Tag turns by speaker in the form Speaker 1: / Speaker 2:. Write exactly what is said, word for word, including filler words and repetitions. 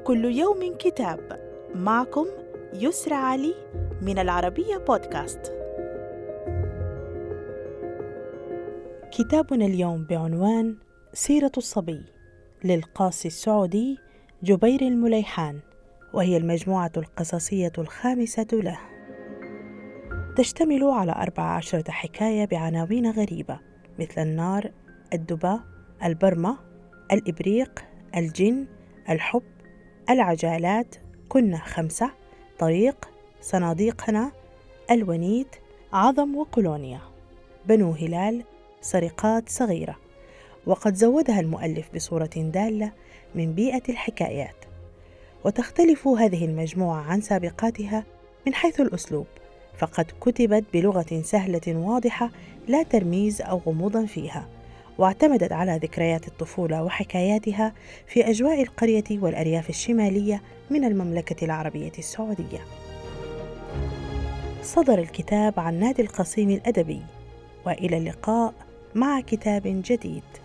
Speaker 1: كل يوم كتاب. معكم يسرى علي من العربية بودكاست. كتابنا اليوم بعنوان سيرة الصبي للقاصي السعودي جبير المليحان، وهي المجموعة القصصية الخامسة له. تشتمل على أربع عشرة حكاية بعناوين غريبة مثل النار، الدباء، البرمة، الإبريق، الجن، الحب، العجالات، كنا خمسة، طريق، صناديقنا، الونيد، عظم وكولونيا، بنو هلال، سرقات صغيرة. وقد زودها المؤلف بصورة دالة من بيئة الحكايات. وتختلف هذه المجموعة عن سابقاتها من حيث الأسلوب، فقد كتبت بلغة سهلة واضحة لا ترميز أو غموضا فيها، واعتمدت على ذكريات الطفولة وحكاياتها في أجواء القرية والأرياف الشمالية من المملكة العربية السعودية. صدر الكتاب عن نادي القصيم الأدبي، وإلى اللقاء مع كتاب جديد.